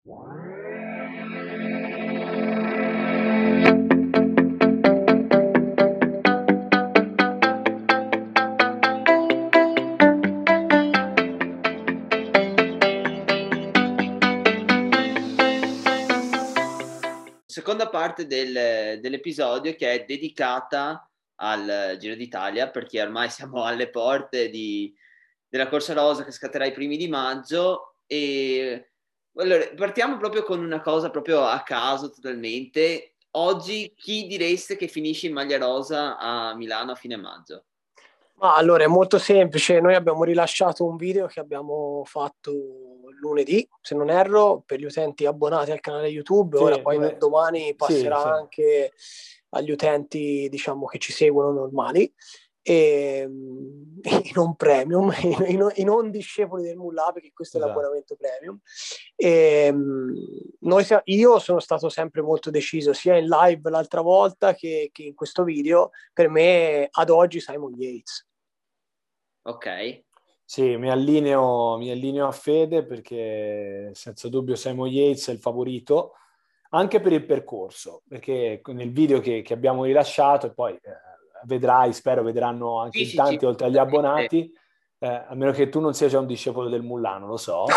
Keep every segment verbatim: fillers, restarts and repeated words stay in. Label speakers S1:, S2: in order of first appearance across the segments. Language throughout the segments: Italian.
S1: Seconda parte del, dell'episodio, che è dedicata al Giro d'Italia, perché ormai siamo alle porte di, della Corsa Rosa che scatterà i primi di maggio. E allora, partiamo proprio con una cosa proprio a caso totalmente. Oggi chi direste che finisce in maglia rosa a Milano a fine maggio?
S2: Ma allora è molto semplice, noi abbiamo rilasciato un video che abbiamo fatto lunedì, se non erro, per gli utenti abbonati al canale YouTube.
S3: Sì,
S2: ora poi
S3: lune...
S2: domani passerà
S3: sì, sì.
S2: anche agli utenti, diciamo, che ci seguono normali, e in non premium, in, in non discepoli del Mullah, perché questo esatto. È l'abbonamento premium. E, noi, io sono stato sempre molto deciso, sia in live l'altra volta che, che in questo video. Per me ad oggi Simon Yates.
S1: Ok.
S3: Sì, mi allineo, mi allineo a Fede, perché senza dubbio Simon Yates è il favorito, anche per il percorso, perché nel video che, che abbiamo rilasciato, e poi eh, vedrai, spero vedranno anche
S1: sì,
S3: in
S1: sì,
S3: tanti
S1: sì,
S3: oltre agli abbonati, eh, a meno che tu non sia già un discepolo del Mullano, lo so.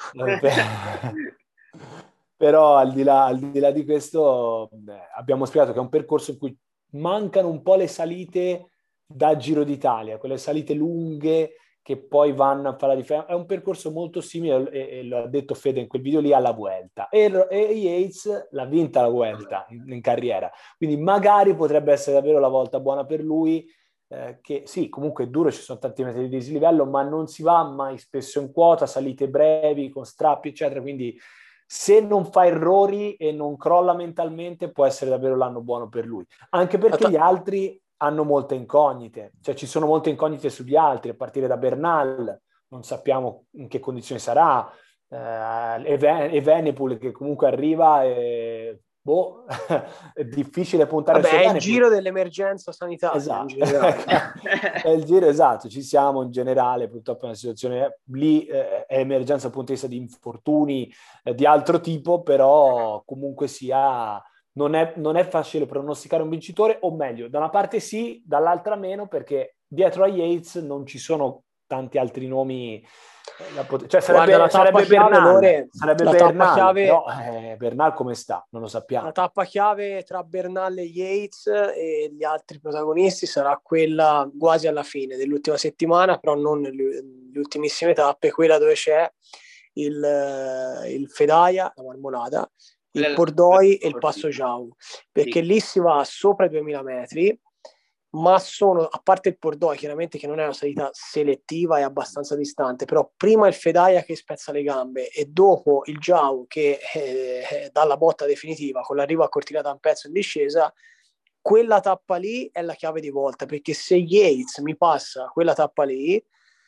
S3: Però al di là, al di là di questo beh, abbiamo spiegato che è un percorso in cui mancano un po' le salite da Giro d'Italia, quelle salite lunghe che poi vanno a fare la differenza. È un percorso molto simile, e, e lo ha detto Fede in quel video lì, alla Vuelta. E, e Yates l'ha vinta la Vuelta in, in carriera, quindi magari potrebbe essere davvero la volta buona per lui, eh, che sì, comunque è duro, ci sono tanti metri di dislivello, ma non si va mai spesso in quota, salite brevi, con strappi, eccetera, quindi se non fa errori e non crolla mentalmente può essere davvero l'anno buono per lui, anche perché gli altri hanno molte incognite, cioè ci sono molte incognite sugli altri, a partire da Bernal, non sappiamo in che condizioni sarà, eh, e Evenepoel che comunque arriva e boh, è difficile puntare
S2: Vabbè,
S3: su
S2: è il
S3: Evenepoel.
S2: Giro dell'emergenza sanitaria.
S3: Esatto, è il giro, esatto, ci siamo in generale, purtroppo è una situazione lì, eh, è emergenza dal punto di vista di infortuni eh, di altro tipo, però comunque sia... Non è, non è facile pronosticare un vincitore, o meglio, da una parte sì, dall'altra meno, perché dietro a Yates non ci sono tanti altri nomi. Pot- cioè sarebbe,
S2: Guarda, la
S3: sarebbe
S2: chiave,
S3: Bernal,
S2: Lore,
S3: sarebbe
S2: la
S3: Bernal,
S2: chiave,
S3: però eh, Bernal come sta? Non lo sappiamo.
S2: La tappa chiave tra Bernal e Yates e gli altri protagonisti sarà quella quasi alla fine dell'ultima settimana, però non nelle ultimissime tappe, quella dove c'è il, il Fedaia, la Marmolada, il Pordoi e il Passo Jau, perché lì si va sopra i duemila metri, ma sono, a parte il Pordoi chiaramente, che non è una salita selettiva, è abbastanza distante, però prima il Fedaia che spezza le gambe e dopo il Jau che eh, dà la botta definitiva con l'arrivo a Cortina d'Ampezzo in discesa, quella tappa lì è la chiave di volta, perché se Yates mi passa quella tappa lì,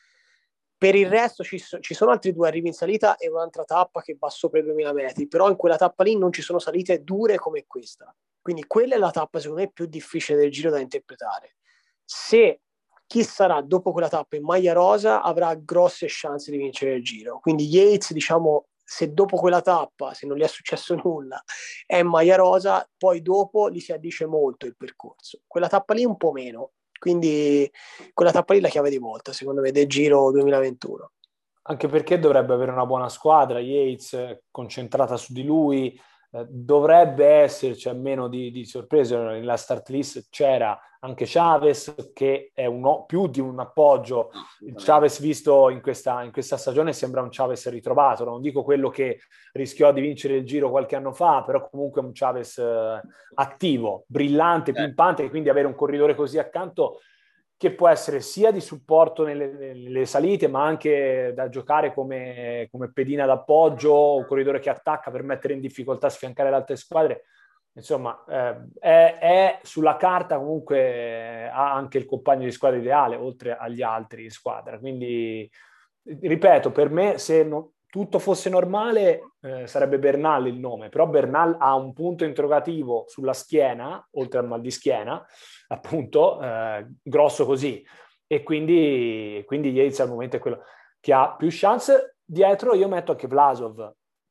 S2: per il resto ci, so, ci sono altri due arrivi in salita e un'altra tappa che va sopra i duemila metri, però in quella tappa lì non ci sono salite dure come questa. Quindi quella è la tappa secondo me più difficile del Giro da interpretare. Se chi sarà dopo quella tappa in maglia rosa avrà grosse chance di vincere il Giro. Quindi Yates, diciamo, se dopo quella tappa, se non gli è successo nulla, è in maglia rosa, poi dopo gli si addice molto il percorso. Quella tappa lì un po' meno. Quindi quella tappa lì è la chiave di volta, secondo me, del Giro duemilaventuno.
S3: Anche perché dovrebbe avere una buona squadra, Yates concentrata su di lui, eh, dovrebbe esserci a meno di, di sorprese. Nella start list c'era anche Chavez, che è un, più di un appoggio. Il Chavez visto in questa, in questa stagione sembra un Chavez ritrovato, non dico quello che rischiò di vincere il Giro qualche anno fa, però comunque un Chavez eh, attivo, brillante, pimpante, e quindi avere un corridore così accanto, che può essere sia di supporto nelle, nelle salite, ma anche da giocare come, come pedina d'appoggio, un corridore che attacca per mettere in difficoltà, sfiancare le altre squadre. Insomma, eh, è, è sulla carta comunque eh, ha anche il compagno di squadra ideale, oltre agli altri in squadra. Quindi, ripeto, per me, se no, tutto fosse normale, eh, sarebbe Bernal il nome, però Bernal ha un punto interrogativo sulla schiena, oltre al mal di schiena, appunto, eh, grosso così, e quindi, quindi Yates al momento è quello che ha più chance. Dietro io metto anche Vlasov,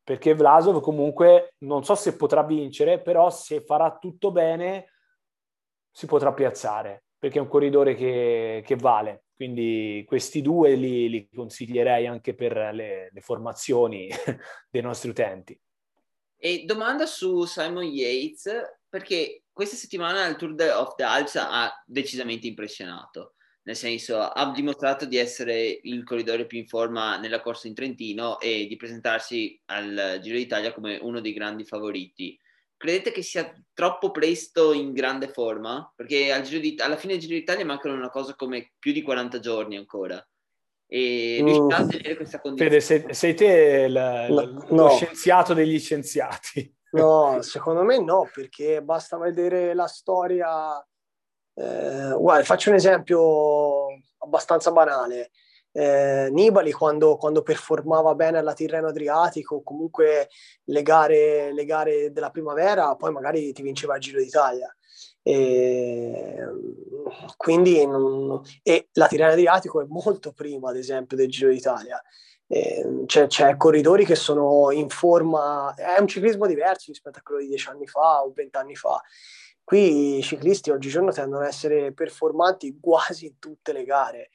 S3: perché Vlasov comunque non so se potrà vincere, però se farà tutto bene si potrà piazzare, perché è un corridore che, che vale. Quindi questi due li, li consiglierei anche per le, le formazioni dei nostri utenti.
S1: E domanda su Simon Yates, perché questa settimana il Tour de, of the Alps ha decisamente impressionato, nel senso ha dimostrato di essere il corridore più in forma nella corsa in Trentino e di presentarsi al Giro d'Italia come uno dei grandi favoriti. Credete che sia troppo presto in grande forma? Perché al Giro di, alla fine del Giro d'Italia mancano una cosa come più di quaranta giorni ancora. E riuscirà a tenere questa condizione?
S3: Fede, sei, sei te l,
S2: No,
S3: l,
S2: no.
S3: lo scienziato degli scienziati.
S2: No, secondo me no, perché basta vedere la storia. Eh, guarda, faccio un esempio abbastanza banale. Eh, Nibali quando, quando performava bene alla Tirreno Adriatico, comunque le gare, le gare della primavera, poi magari ti vinceva il Giro d'Italia. E, quindi non, e la Tirreno Adriatico è molto prima, ad esempio, del Giro d'Italia. Eh, c'è, c'è corridori che sono in forma, è un ciclismo diverso rispetto a quello di dieci anni fa o vent'anni fa. Qui i ciclisti oggigiorno tendono ad essere performanti quasi in tutte le gare,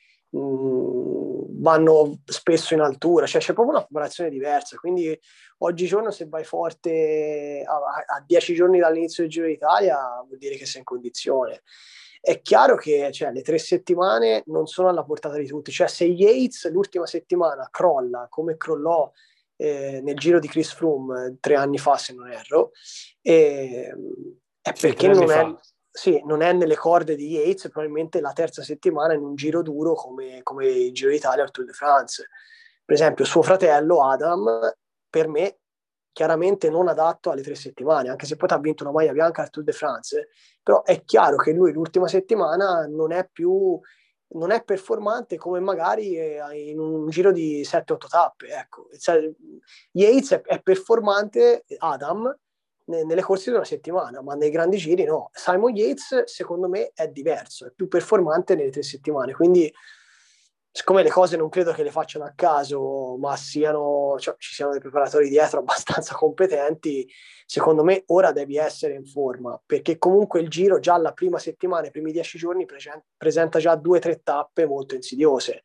S2: mm, vanno spesso in altura, cioè c'è proprio una preparazione diversa, quindi oggigiorno se vai forte a, a dieci giorni dall'inizio del Giro d'Italia vuol dire che sei in condizione. È chiaro che cioè, le tre settimane non sono alla portata di tutti, cioè se Yates l'ultima settimana crolla come crollò eh, nel Giro di Chris Froome tre anni fa se non erro, eh, è
S3: Sì,
S2: perché
S3: tre anni
S2: non è,
S3: fa.
S2: sì, non è nelle corde di Yates, probabilmente la terza settimana in un giro duro come, come il Giro d'Italia o il Tour de France. Per esempio suo fratello Adam, per me, chiaramente non adatto alle tre settimane, anche se poi ti ha vinto una maglia bianca al Tour de France, però è chiaro che lui l'ultima settimana non è più non è performante come magari in un giro di sette otto tappe, ecco. Yates è, è performante, Adam, nelle corse di una settimana, ma nei grandi giri no. Simon Yates secondo me è diverso, è più performante nelle tre settimane, quindi siccome le cose non credo che le facciano a caso, ma siano, cioè, ci siano dei preparatori dietro abbastanza competenti, secondo me ora devi essere in forma, perché comunque il giro già la prima settimana, i primi dieci giorni presenta già due o tre tappe molto insidiose.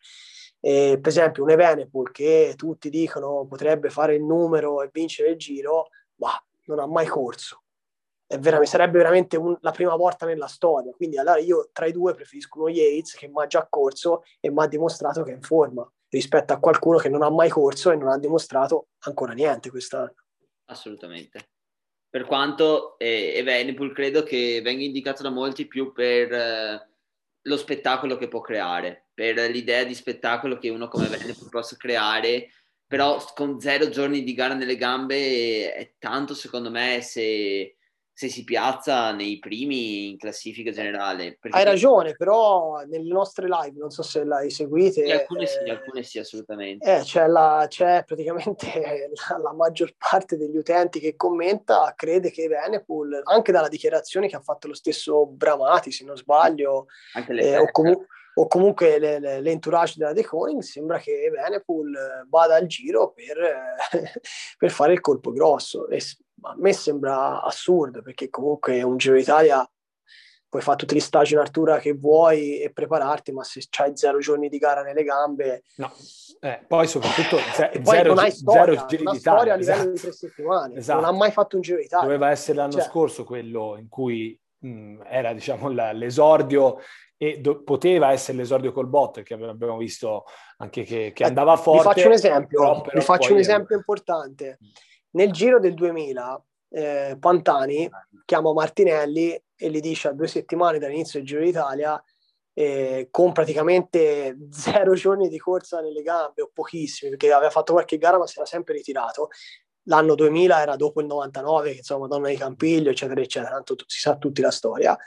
S2: E, per esempio un Evenepoel che tutti dicono potrebbe fare il numero e vincere il giro, ma non ha mai corso. È veramente, sarebbe veramente un, la prima volta nella storia. Quindi allora io tra i due preferisco uno Yates che mi ha già corso e mi ha dimostrato che è in forma, rispetto a qualcuno che non ha mai corso e non ha dimostrato ancora niente quest'anno.
S1: Assolutamente. Per quanto eh, Evenepoel credo che venga indicato da molti più per eh, lo spettacolo che può creare, per l'idea di spettacolo che uno come Evenepoel possa creare, però con zero giorni di gara nelle gambe è tanto secondo me se, se si piazza nei primi in classifica generale. Perché
S2: Hai ragione, però nelle nostre live, non so se l'hai seguite,
S1: sì, alcune
S2: eh,
S1: sì, alcune sì, assolutamente.
S2: Eh, c'è, la, c'è praticamente la, la maggior parte degli utenti che commenta crede che Evenepoel, anche dalla dichiarazione che ha fatto lo stesso Bramati, se non sbaglio,
S1: Anche le
S2: eh, o,
S1: feste.
S2: comu- o comunque le, le, l'entourage della De Koning, sembra che Evenepoel vada al giro per, eh, per fare il colpo grosso. E a me sembra assurdo, perché comunque un Giro d'Italia puoi fare tutti gli stage in altura che vuoi e prepararti, ma se c'hai zero giorni di gara nelle gambe...
S3: No, eh, poi soprattutto ze-
S2: E poi
S3: zero,
S2: non hai
S3: gi- zero
S2: storia,
S3: giri
S2: non ha storia
S3: d'Italia,
S2: a livello
S3: esatto.
S2: di tre settimane,
S3: Esatto.
S2: non ha mai fatto un Giro d'Italia.
S3: Doveva essere l'anno
S2: cioè,
S3: scorso quello in cui mh, era diciamo la, l'esordio e do- poteva essere l'esordio col bot, che abbiamo visto anche che, che andava forte.
S2: Vi faccio un esempio,
S3: però, però
S2: vi faccio un
S3: poi
S2: esempio è... importante. Nel Giro del duemila eh, Pantani chiama Martinelli e gli dice a due settimane dall'inizio del Giro d'Italia eh, con praticamente zero giorni di corsa nelle gambe o pochissimi, perché aveva fatto qualche gara ma si era sempre ritirato. L'anno duemila era dopo il novantanove, che insomma Madonna di Campiglio eccetera eccetera, tanto si sa tutti la storia.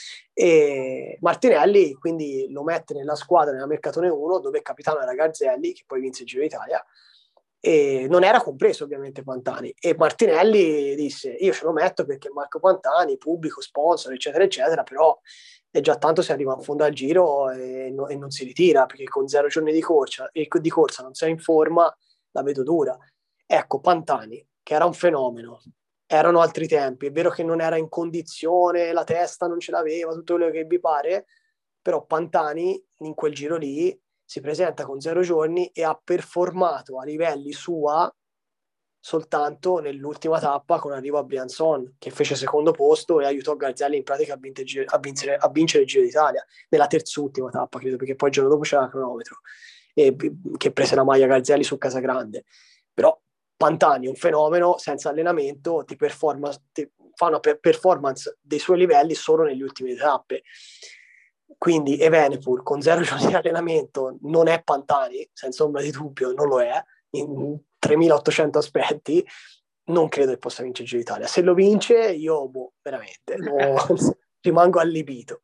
S2: E Martinelli quindi lo mette nella squadra nella Mercatone uno, dove il capitano era Garzelli, che poi vinse il Giro d'Italia, e non era compreso ovviamente Pantani, e Martinelli disse io ce lo metto perché Marco Pantani, pubblico, sponsor eccetera eccetera, però è già tanto se arriva in fondo al giro e, no, e non si ritira, perché con zero giorni di corsa e di corsa non sei in forma, la vedo dura. Ecco, Pantani che era un fenomeno. Erano altri tempi, è vero che non era in condizione, la testa non ce l'aveva, tutto quello che vi pare, però Pantani in quel giro lì si presenta con zero giorni e ha performato a livelli sua soltanto nell'ultima tappa con arrivo a Briançon, che fece secondo posto e aiutò Garzelli in pratica a, vinte, a, vincere, a vincere il Giro d'Italia nella terz'ultima tappa, credo, perché poi il giorno dopo c'era il cronometro e, che prese la maglia Garzelli su Casagrande. Però Pantani è un fenomeno, senza allenamento ti, performa, ti fa una performance dei suoi livelli solo negli ultime tappe. Quindi Evenepoel con zero giorni di allenamento non è Pantani, senza ombra di dubbio, non lo è, in tremilaottocento aspetti. Non credo che possa vincere il Giro d'Italia. Se lo vince, io boh, veramente no, rimango allibito.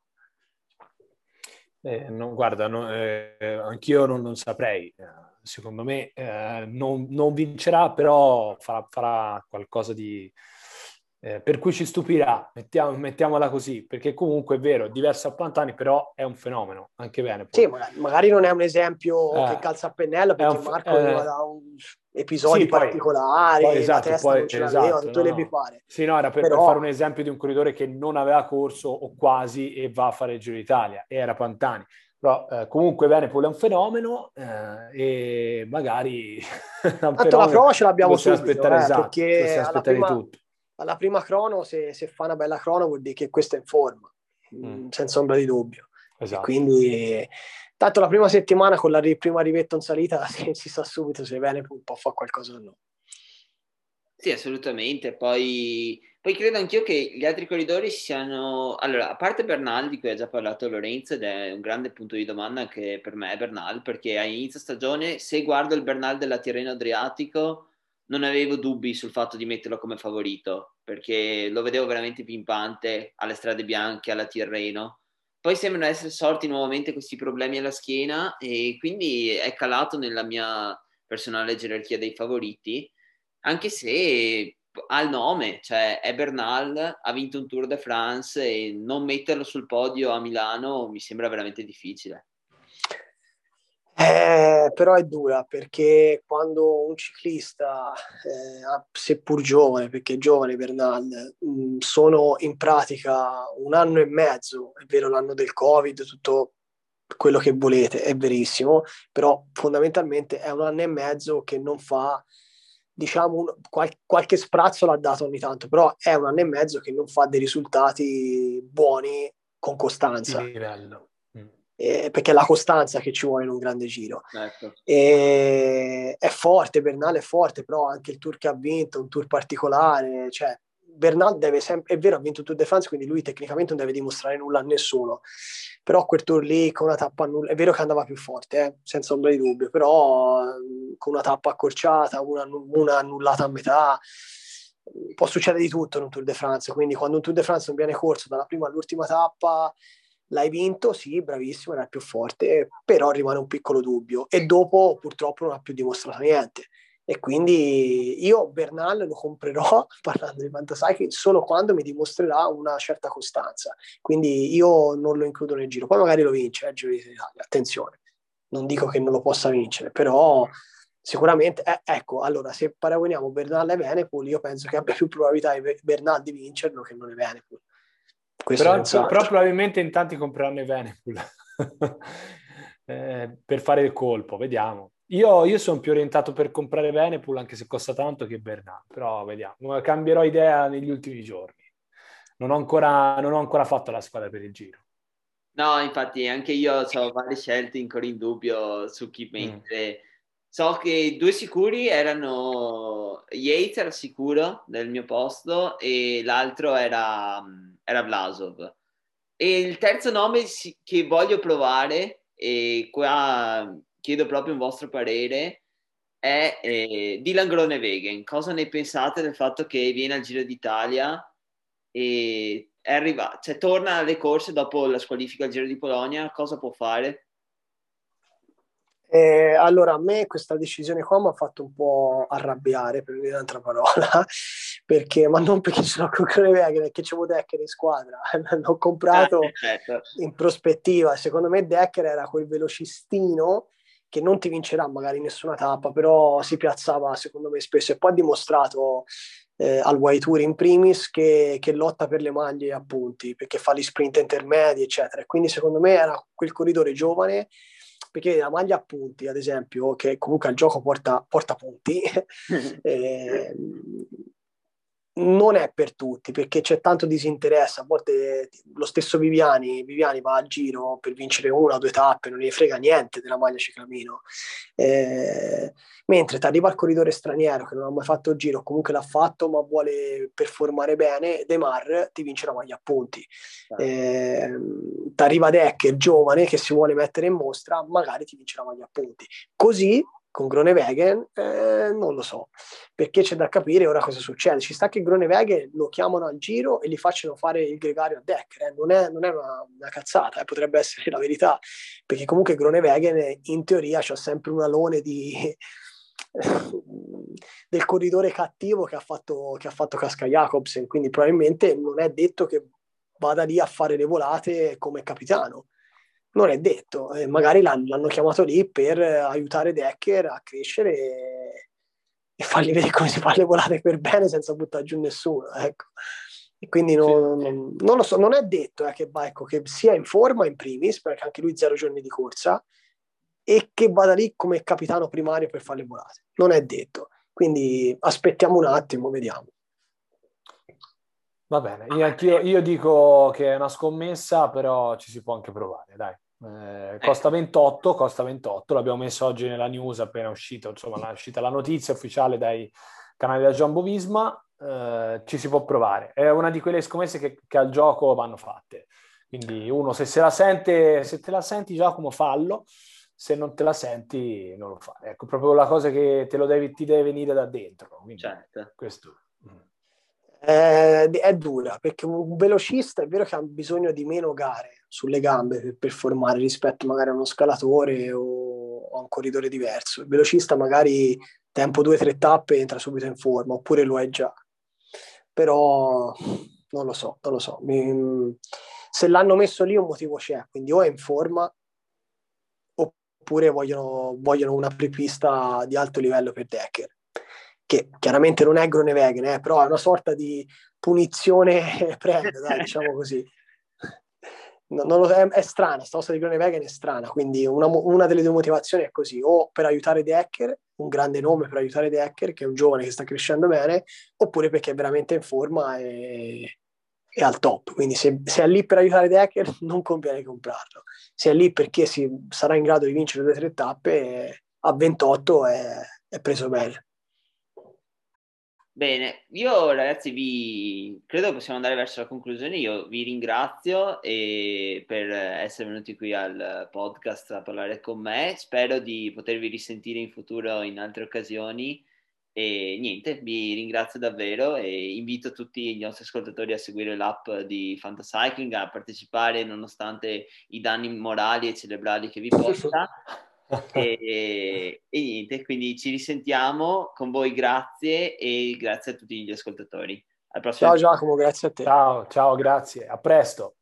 S3: Eh, no, guarda, no, eh, anch'io non, non saprei. Secondo me eh, non, non vincerà, però farà, farà qualcosa di... Eh, per cui ci stupirà, mettiamo, mettiamola così, perché comunque è vero, è diverso a Pantani, però è un fenomeno, anche bene.
S2: Sì, magari, magari non è un esempio
S3: eh,
S2: che calza a pennello, perché
S3: un,
S2: Marco
S3: eh,
S2: veniva da un, episodi
S3: sì, poi,
S2: particolari,
S3: poi, esatto,
S2: la testa
S3: poi,
S2: non ce
S3: esatto,
S2: l'aveva, tutto
S3: no,
S2: le
S3: no.
S2: vi pare.
S3: Sì, no, era per,
S2: però...
S3: per fare un esempio di un corridore che non aveva corso o quasi e va a fare il Giro d'Italia, e era Pantani. Però eh, comunque Evenepoel è un fenomeno eh, e magari
S2: tanto la prova ce l'abbiamo subito,
S3: aspettare,
S2: eh,
S3: esatto,
S2: perché alla
S3: aspettare
S2: prima,
S3: tutto.
S2: alla prima crono, se, se fa una bella crono, vuol dire che questo è in forma, mm. senza ombra di dubbio. Esatto. E quindi, tanto la prima settimana con la prima rivetta in salita si, si sa subito se Evenepoel può fare qualcosa o no.
S1: Sì, assolutamente. Poi, poi credo anch'io che gli altri corridori siano... Allora, a parte Bernal, di cui ha già parlato Lorenzo, ed è un grande punto di domanda anche per me, Bernal, perché a inizio stagione, se guardo il Bernal della Tirreno Adriatico, non avevo dubbi sul fatto di metterlo come favorito, perché lo vedevo veramente pimpante alle strade bianche, alla Tirreno. Poi sembrano essere sorti nuovamente questi problemi alla schiena e quindi è calato nella mia personale gerarchia dei favoriti, anche se ha il nome, cioè è Bernal, ha vinto un Tour de France e non metterlo sul podio a Milano mi sembra veramente difficile.
S2: Eh, però è dura, perché quando un ciclista, eh, seppur giovane, perché è giovane Bernal, mh, sono in pratica un anno e mezzo, è vero l'anno del Covid, tutto quello che volete, è verissimo, però fondamentalmente è un anno e mezzo che non fa, diciamo, un, qual, qualche sprazzo l'ha dato ogni tanto, però è un anno e mezzo che non fa dei risultati buoni con costanza.
S3: Di livello.
S2: Eh, perché è la costanza che ci vuole in un grande giro.
S1: Ecco.
S2: E è forte, Bernal è forte, però anche il Tour che ha vinto, un Tour particolare, cioè Bernal deve sempre, è vero, ha vinto il Tour de France, quindi lui tecnicamente non deve dimostrare nulla a nessuno, però quel Tour lì con una tappa annullata, è vero che andava più forte, eh, senza ombra di dubbio, però con una tappa accorciata, una, una annullata a metà, può succedere di tutto in un Tour de France, quindi quando un Tour de France non viene corso dalla prima all'ultima tappa, l'hai vinto, sì, bravissimo, era il più forte, però rimane un piccolo dubbio e dopo purtroppo non ha più dimostrato niente. E quindi io Bernal lo comprerò, parlando di Fantacycling, solo quando mi dimostrerà una certa costanza. Quindi io non lo includo nel giro. Poi magari lo vince il Giro d'Italia, attenzione. Non dico che non lo possa vincere, però sicuramente, eh, ecco, allora se paragoniamo Bernal e Evenepoel, io penso che abbia più probabilità Bernal di vincerlo che non Evenepoel.
S3: Però, però probabilmente in tanti compreranno Evenepoel eh, per fare il colpo, vediamo. Io, io sono più orientato per comprare Evenepoel, anche se costa tanto, che Bernal, però vediamo. Cambierò idea negli ultimi giorni. Non ho ancora, non ho ancora fatto la squadra per il Giro.
S1: No, infatti anche io ho varie scelte ancora in dubbio su chi mettere. Mm. So che due sicuri erano Yates, era sicuro del mio posto, e l'altro era, era Vlasov. E il terzo nome che voglio provare, e qua chiedo proprio un vostro parere, è eh, Dylan Groenewegen. Cosa ne pensate del fatto che viene al Giro d'Italia e è arrivato, cioè torna alle corse dopo la squalifica al Giro di Polonia? Cosa può fare?
S2: Eh, allora, a me questa decisione qua mi ha fatto un po' arrabbiare, per dire un'altra parola, perché, ma non perché ce l'ho con Groenewegen, perché c'avevo Dekker in squadra, l'ho comprato
S1: ah, certo.
S2: in prospettiva. Secondo me Dekker era quel velocistino che non ti vincerà magari nessuna tappa, però si piazzava secondo me spesso, e poi ha dimostrato eh, al World Tour in primis che, che lotta per le maglie a punti, perché fa gli sprint intermedi eccetera, e quindi secondo me era quel corridore giovane, perché la maglia a punti ad esempio, che comunque al gioco porta, porta punti, eh, non è per tutti, perché c'è tanto disinteresse. A volte lo stesso Viviani, Viviani va al Giro per vincere una o due tappe, non gli frega niente della maglia ciclamino, eh, mentre ti arriva il corridore straniero che non ha mai fatto il Giro, comunque l'ha fatto ma vuole performare bene, De Mar ti vince la maglia a punti. Eh, ti arriva Dekker giovane che si vuole mettere in mostra, magari ti vince la maglia a punti. Così con Groenewegen eh, non lo so, perché c'è da capire ora cosa succede. Ci sta che Groenewegen lo chiamano al Giro e gli facciano fare il gregario a Dekker, eh. non è, non è una, una cazzata, eh. Potrebbe essere la verità, perché comunque Groenewegen in teoria c'ha sempre un alone di del corridore cattivo che ha fatto, che ha fatto Casca Jacobsen, quindi probabilmente non è detto che vada lì a fare le volate come capitano. Non è detto, eh, magari l'hanno chiamato lì per aiutare Dekker a crescere e, e fargli vedere come si fa le volate per bene senza buttare giù nessuno, ecco. E quindi non, non, non lo so, non è detto eh, che, ecco, che sia in forma in primis, perché anche lui zero giorni di corsa, e che vada lì come capitano primario per fare le volate. Non è detto, quindi aspettiamo un attimo, vediamo.
S3: Va bene, io, anch'io, io dico che è una scommessa, però ci si può anche provare, dai. Eh, costa ventotto, costa ventotto, l'abbiamo messo oggi nella news appena uscito, insomma, è uscita la notizia ufficiale dai canali della Jumbo Visma, eh, ci si può provare. È una di quelle scommesse che, che al gioco vanno fatte. Quindi uno, se se la sente, se te la senti Giacomo, fallo, se non te la senti non lo fare. Ecco, proprio la cosa che te lo devi, ti deve venire da dentro. Quindi,
S1: certo.
S3: Questo.
S2: Eh, è dura, perché un velocista è vero che ha bisogno di meno gare sulle gambe per performare rispetto magari a uno scalatore o a un corridore diverso. Il velocista magari tempo due o tre tappe entra subito in forma, oppure lo è già. Però non lo so, non lo so. Mi, se l'hanno messo lì un motivo c'è, quindi o è in forma oppure vogliono, vogliono una apripista di alto livello per Dekker, che chiaramente non è Groenewegen, eh, però è una sorta di punizione premio, dai, diciamo così. No, non lo, è, è strana, questa cosa di Groenewegen è strana, quindi una, una delle due motivazioni è così, o per aiutare Dekker, un grande nome per aiutare Dekker, che è un giovane che sta crescendo bene, oppure perché è veramente in forma e, e al top, quindi se, se è lì per aiutare Dekker non conviene comprarlo, se è lì perché si sarà in grado di vincere due o tre tappe, a ventotto è, è preso bene.
S1: Bene, io ragazzi vi credo che possiamo andare verso la conclusione. Io vi ringrazio e per essere venuti qui al podcast a parlare con me. Spero di potervi risentire in futuro in altre occasioni e niente, vi ringrazio davvero e invito tutti i nostri ascoltatori a seguire l'app di Fantacycling, a partecipare nonostante i danni morali e cerebrali che vi porta. E, e niente, quindi ci risentiamo con voi, grazie e grazie a tutti gli ascoltatori. Al prossimo
S2: Ciao
S1: episodio.
S2: Giacomo, grazie a te.
S3: Ciao, ciao, grazie, a presto.